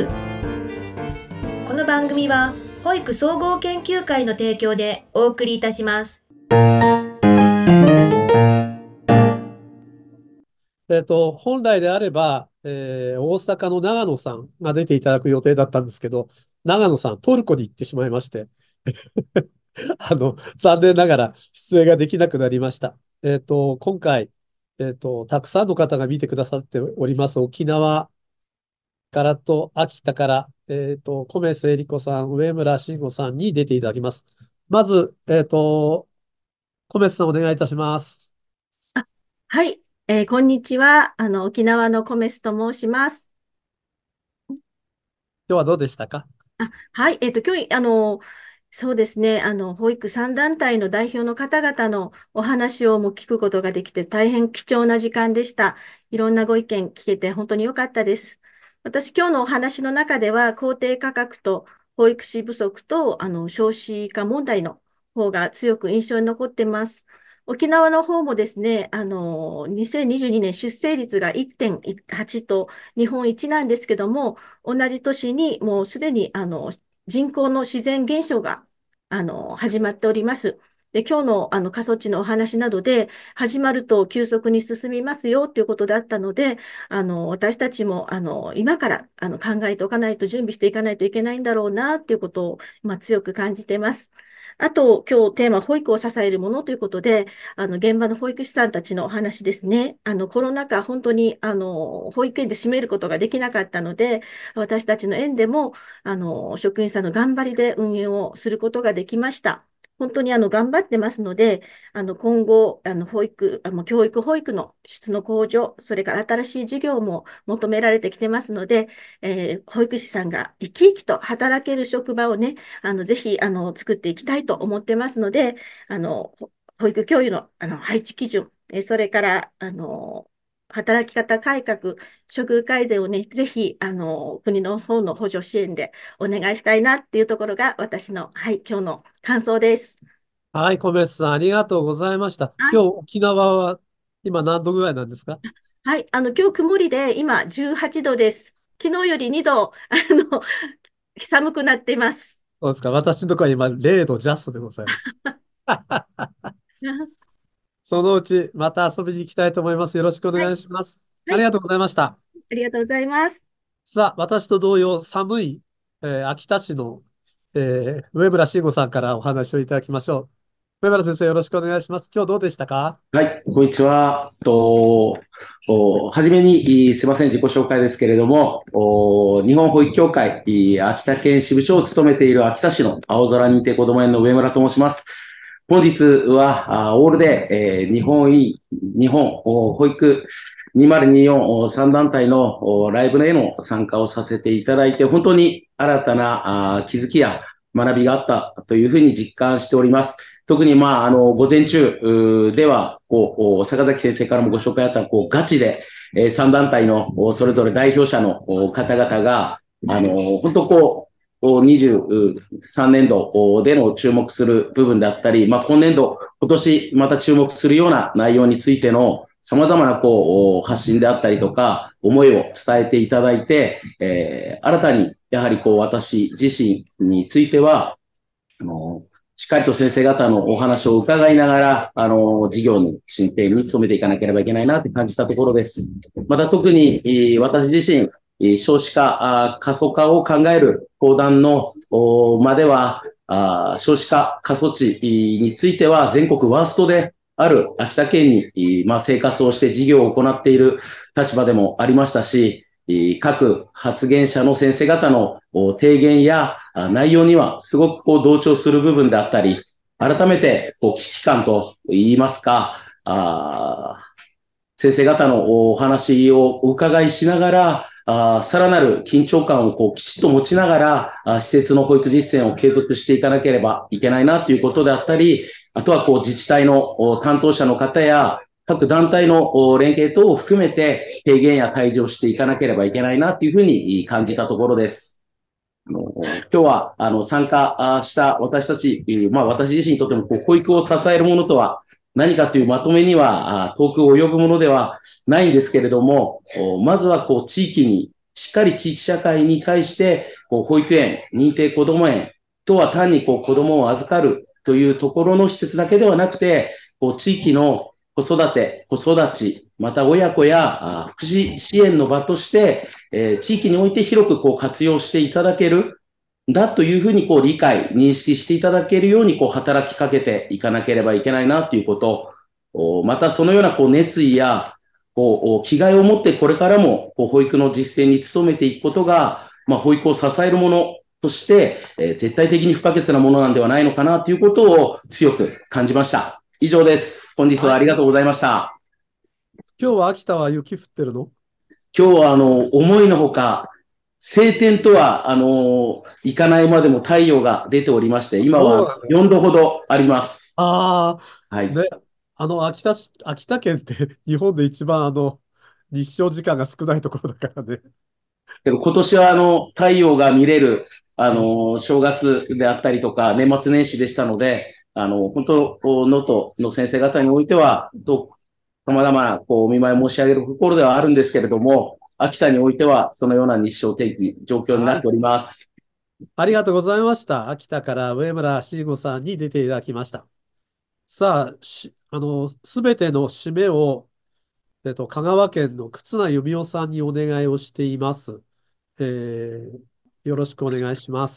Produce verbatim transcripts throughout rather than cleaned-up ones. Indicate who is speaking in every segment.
Speaker 1: ュー。この番組は保育総合研究会の提供でお送りいたします。
Speaker 2: えっと、本来であれば、えー大阪の長野さんが出ていただく予定だったんですけど、長野さん、トルコに行ってしまいまして、あの、残念ながら出演ができなくなりました。えっと、今回、えっと、たくさんの方が見てくださっております沖縄からと秋田から、えっと、米瀬恵理子さん、上村慎吾さんに出ていただきます。まず、えっと、米瀬さんお願いいたします。
Speaker 3: あ、はい、えーこんにちは。あの、沖縄のコメスと申します。
Speaker 2: 今日はどうでしたか？
Speaker 3: あ、はい、えっと、今日、あの、そうですね、あの、保育さん団体の代表の方々のお話をも聞くことができて、大変貴重な時間でした。いろんなご意見聞けて本当に良かったです。私、今日のお話の中では、公定価格と保育士不足と、あの、少子化問題の方が強く印象に残ってます。沖縄の方もですね、あの、にせんにじゅうにねん出生率がいってんはちと日本一なんですけども、同じ年にもうすでにあの人口の自然減少があの始まっております。で、今日のあの過疎地のお話などで、始まると急速に進みますよということだったので、あの私たちもあの今からあの考えておかないと、準備していかないといけないんだろうなということを、まあ、強く感じています。あと、今日テーマ、保育を支えるものということで、あの現場の保育士さんたちのお話ですね。あのコロナ禍、本当にあの保育園で占めることができなかったので、私たちの園でもあの職員さんの頑張りで運営をすることができました。本当にあの頑張ってますので、あの今後、あの保育、あの教育保育の質の向上、それから新しい事業も求められてきてますので、えー保育士さんが生き生きと働ける職場をね、あのぜひあの作っていきたいと思ってますので、あの保育教諭の、あの配置基準、えそれからあの働き方改革、処遇改善をね、ぜひあの国の方の補助支援でお願いしたいなっていうところが私の、はい、今日の感想です。
Speaker 2: はい、小林さん、ありがとうございました。
Speaker 3: はい、
Speaker 2: 今日、沖縄は今何度ぐらいなんですか？
Speaker 3: はい、あの今日曇りで今じゅうはちどです。昨日よりにど、あの寒くなっています。
Speaker 2: そうですか。私のところは今れいどジャストでございます。そのうちまた遊びに行きたいと思います。よろしくお
Speaker 3: はい、
Speaker 2: 願いします。
Speaker 3: はい、
Speaker 2: ありがとうございました。
Speaker 3: ありがとうございます。
Speaker 2: さあ、私と同様、寒い、えー秋田市の、えー上村慎吾さんからお話をいただきましょう。上村先生、よろしくお願いします。今日どうでしたか？
Speaker 4: はい、こんにちは。と、おはじめに、いすいません、自己紹介ですけれども、お日本保育協会、い秋田県支部長を務めている秋田市の青空認定こども園の上村と申します。本日は、あオールで、えー日本い日本お保育にせんにじゅうよんさん団体のおライブへの参加をさせていただいて、本当に新たなあ気づきや学びがあったというふうに実感しております。特に、まあ、あの、午前中うーでは、こう、坂崎先生からもご紹介あった、こう、ガチで、えー、さん団体の、おそれぞれ代表者のお方々が、あの、本当こう、おにじゅうさんねんどおでの注目する部分であったり、まあ、今年度、今年また注目するような内容についての様々なこうお発信であったりとか、思いを伝えていただいて、えー新たに、やはりこう、私自身については、あの、しっかりと先生方のお話を伺いながら、あの、事業の進展に努めていかなければいけないなって感じたところです。また特に、えー私自身、えー少子化、あ過疎化を考える講談のおまでは、あ少子化、過疎地については全国ワーストである秋田県に、えーまあ、生活をして事業を行っている立場でもありましたし、えー各発言者の先生方のお提言やあ内容にはすごくこう同調する部分であったり、改めてこう危機感と言いますか、あ先生方のお話をお伺いしながら、あさらなる緊張感をこうきちっと持ちながら、あ施設の保育実践を継続していかなければいけないなということであったり、あとはこう自治体のお担当者の方や、各団体のお連携等を含めて提言や対峙をしていかなければいけないなというふうに感じたところです。あの今日はあの参加あした私たち、えーまあ、私自身にとってもこう保育を支えるものとは何かというまとめにはあ遠く及ぶものではないんですけれども、おまずはこう地域にしっかり地域社会に対して、こう保育園、認定こども園とは単にこう子供を預かるというところの施設だけではなくて、こう地域の子育て、子育ち、また親子やあ福祉支援の場として、えー地域において広くこう活用していただける、だというふうにこう理解、認識していただけるようにこう働きかけていかなければいけないなということ、おまたそのようなこう熱意やこう気概を持ってこれからもこう保育の実践に努めていくことが、まあ、保育を支えるものとして、えー絶対的に不可欠なものなんではないのかなということを強く感じました。以上です。本日は
Speaker 2: はい。
Speaker 4: ありがとうございました。
Speaker 2: 今日は秋田は雪降ってるの？
Speaker 4: 今日はあの思いのほか、晴天とはあのいかないまでも太陽が出ておりまして、今は
Speaker 2: そうなんだ。
Speaker 4: よんどほどあります。
Speaker 2: ああ、
Speaker 4: はい。
Speaker 2: ね。あの、秋田市、秋田県って日本で一番あの、日照時間が少ないところだからね。
Speaker 4: けど今年はあの太陽が見れるあ
Speaker 2: うん。
Speaker 4: の正月であったりとか年末年始でしたので、あの本当、能登の先生方においては、と様々なこうお見舞い申し上げるところではあるんですけれども、秋田においてはそのような日照天気、状況にな
Speaker 2: はい。
Speaker 4: っております。
Speaker 2: ありがとうございました。秋田から上村慎吾さんに出ていただきました。さあ、し、あの、すべての締めを、えっと、香川県の忽那由美夫さんにお願いをしています。えーよろしくお願いします。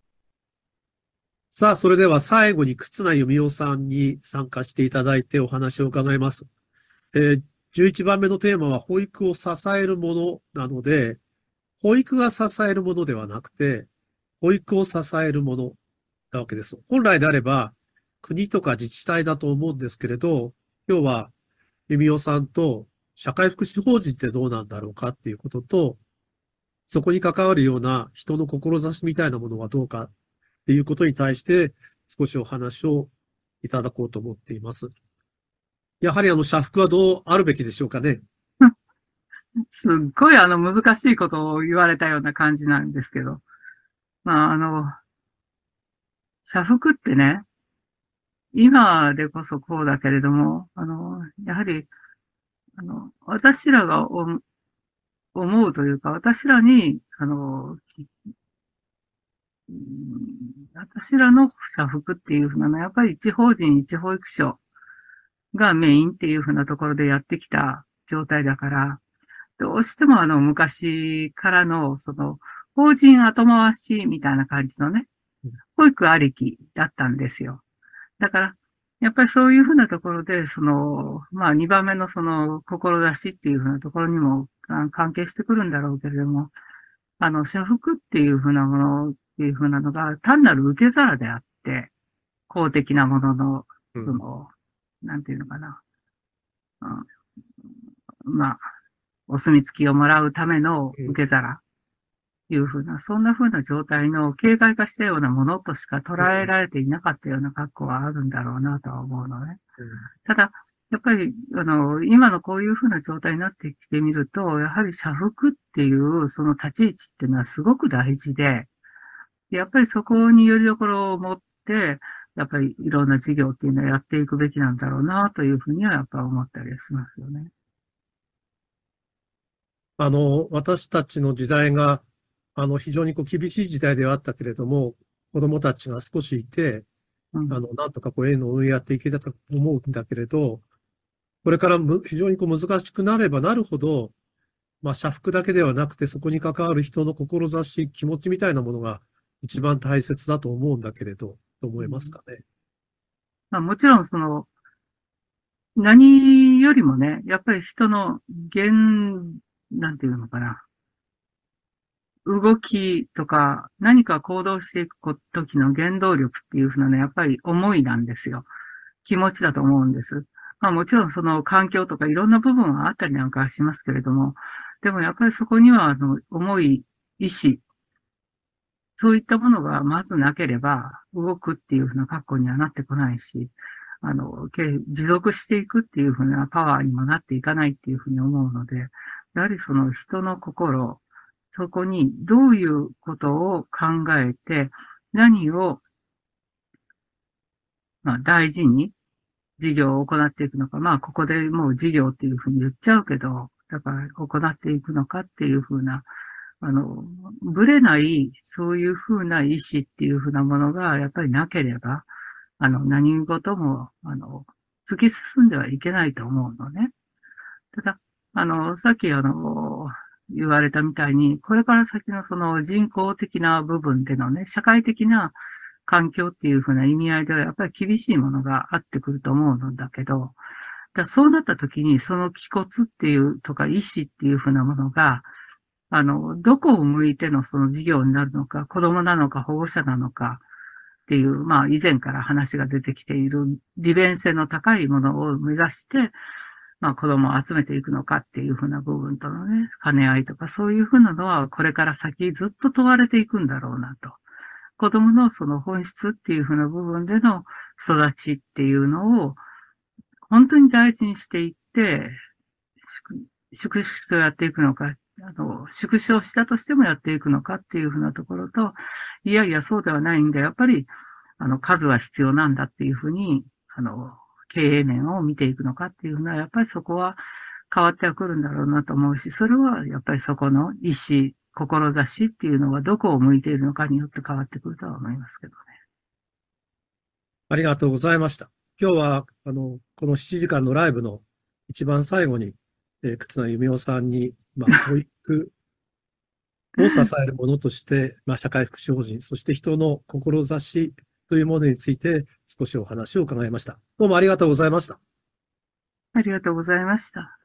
Speaker 2: さあ、それでは最後に忽那由美夫さんに参加していただいてお話を伺います。えーじゅういちばんめのテーマは保育を支えるものなので、保育が支えるものではなくて、保育を支えるものなわけです。本来であれば、国とか自治体だと思うんですけれど、今日は由美夫さんと社会福祉法人ってどうなんだろうかっていうことと、そこに関わるような人の志みたいなものはどうかっていうことに対して少しお話をいただこうと思っています。やはりあの、社服はどうあるべきでしょうかね。
Speaker 5: すっごいあの難しいことを言われたような感じなんですけど。まああの、社服ってね、今でこそこうだけれども、あの、やはり、あの、私らがお思うというか、私らに、あの、うん私らの社服っていうふうなのは、やっぱり一法人一保育所がメインっていうふうなところでやってきた状態だから、どうしてもあの昔からの、その、法人後回しみたいな感じのね、保育ありきだったんですよ。だから、やっぱりそういうふうなところで、その、まあにばんめのその、志っていうふうなところにもあ関係してくるんだろうけれども、あの、社服っていうふうなものっていうふうなのが単なる受け皿であって、公的なものの、
Speaker 2: うん。
Speaker 5: その、なんていうのかな。うんまあ、お墨付きをもらうための
Speaker 2: うん。
Speaker 5: 受け皿いうふうな、そんなふうな状態の形骸化したようなものとしか捉
Speaker 2: うん。
Speaker 5: えられていなかったような格好はあるんだろうなとは思うのね。
Speaker 2: うん。
Speaker 5: ただ、やっぱり、あの、今のこういうふうな状態になってきてみると、やはり社服っていうその立ち位置っていうのはすごく大事で、やっぱりそこによりどころを持って、やっぱりいろんな事業っていうのはやっていくべきなんだろうなというふうにはやっぱ思ったりはしますよね。
Speaker 2: あの、私たちの時代が、あの、非常にこう厳しい時代ではあったけれども、子供たちが少しいて、
Speaker 5: うん。
Speaker 2: あの、なんとかこう、園の運営やっていけたと思うんだけれど、これからむ非常にこう難しくなればなるほど、まあ、社服だけではなくて、そこに関わる人の志、気持ちみたいなものが一番大切だと思うんだけれど、と思います
Speaker 5: うん
Speaker 2: かね。
Speaker 5: まあ、もちろんその、何よりもね、やっぱり人の原、なんていうのかな。動きとか、何か行動していく時の原動力っていうふうなのはやっぱり思いなんですよ。気持ちだと思うんです。まあもちろんその環境とかいろんな部分はあったりなんかはしますけれども、でもやっぱりそこにはあの思い、意志、そういったものがまずなければ動くっていうふうな格好にはなってこないし、あの、け持続していくっていうふうなパワーにもなっていかないっていうふうに思うので、やはりその人の心、そこにどういうことを考えて、何を、まあ、大事に事業を行っていくのか。まあ、ここでもう事業っていうふうに言っちゃうけど、 だから行っていくのかっていうふうな、あの、ぶれない、そういうふうな意思っていうふうなものが、やっぱりなければ、あの、何事も、あの、突き進んではいけないと思うのね。ただ、あの、さっきあの、言われたみたいに、これから先のその人工的な部分でのね、社会的な環境っていうふうな意味合いでは、やっぱり厳しいものがあってくると思うのだけど、だそうなった時に、その気骨っていうとか意志っていうふうなものが、あの、どこを向いてのその事業になるのか、子供なのか保護者なのかっていう、まあ以前から話が出てきている利便性の高いものを目指して、まあ子供を集めていくのかっていうふうな部分とのね、兼ね合いとかそういうふうなのはこれから先ずっと問われていくんだろうなと。子供のその本質っていうふうな部分での育ちっていうのを本当に大事にしていって、粛々とやっていくのか、あの、縮小したとしてもやっていくのかっていうふうなところと、いやいやそうではないんで、やっぱり、あの、数は必要なんだっていうふうに、あの、経営面を見ていくのかっていうのは、やっぱりそこは変わってはくるんだろうなと思うし、それはやっぱりそこの意思、志っていうのはどこを向いているのかによって変わってくるとは思いますけどね。
Speaker 2: ありがとうございました。今日は、あの、このしちじかんのライブの一番最後に、えー、忽那弓夫さんに、まあ、保育を支えるものとして、まあ、社会福祉法人、そして人の志というものについて少しお話を伺いました。どうもありがとうございました。
Speaker 5: ありがとうございました。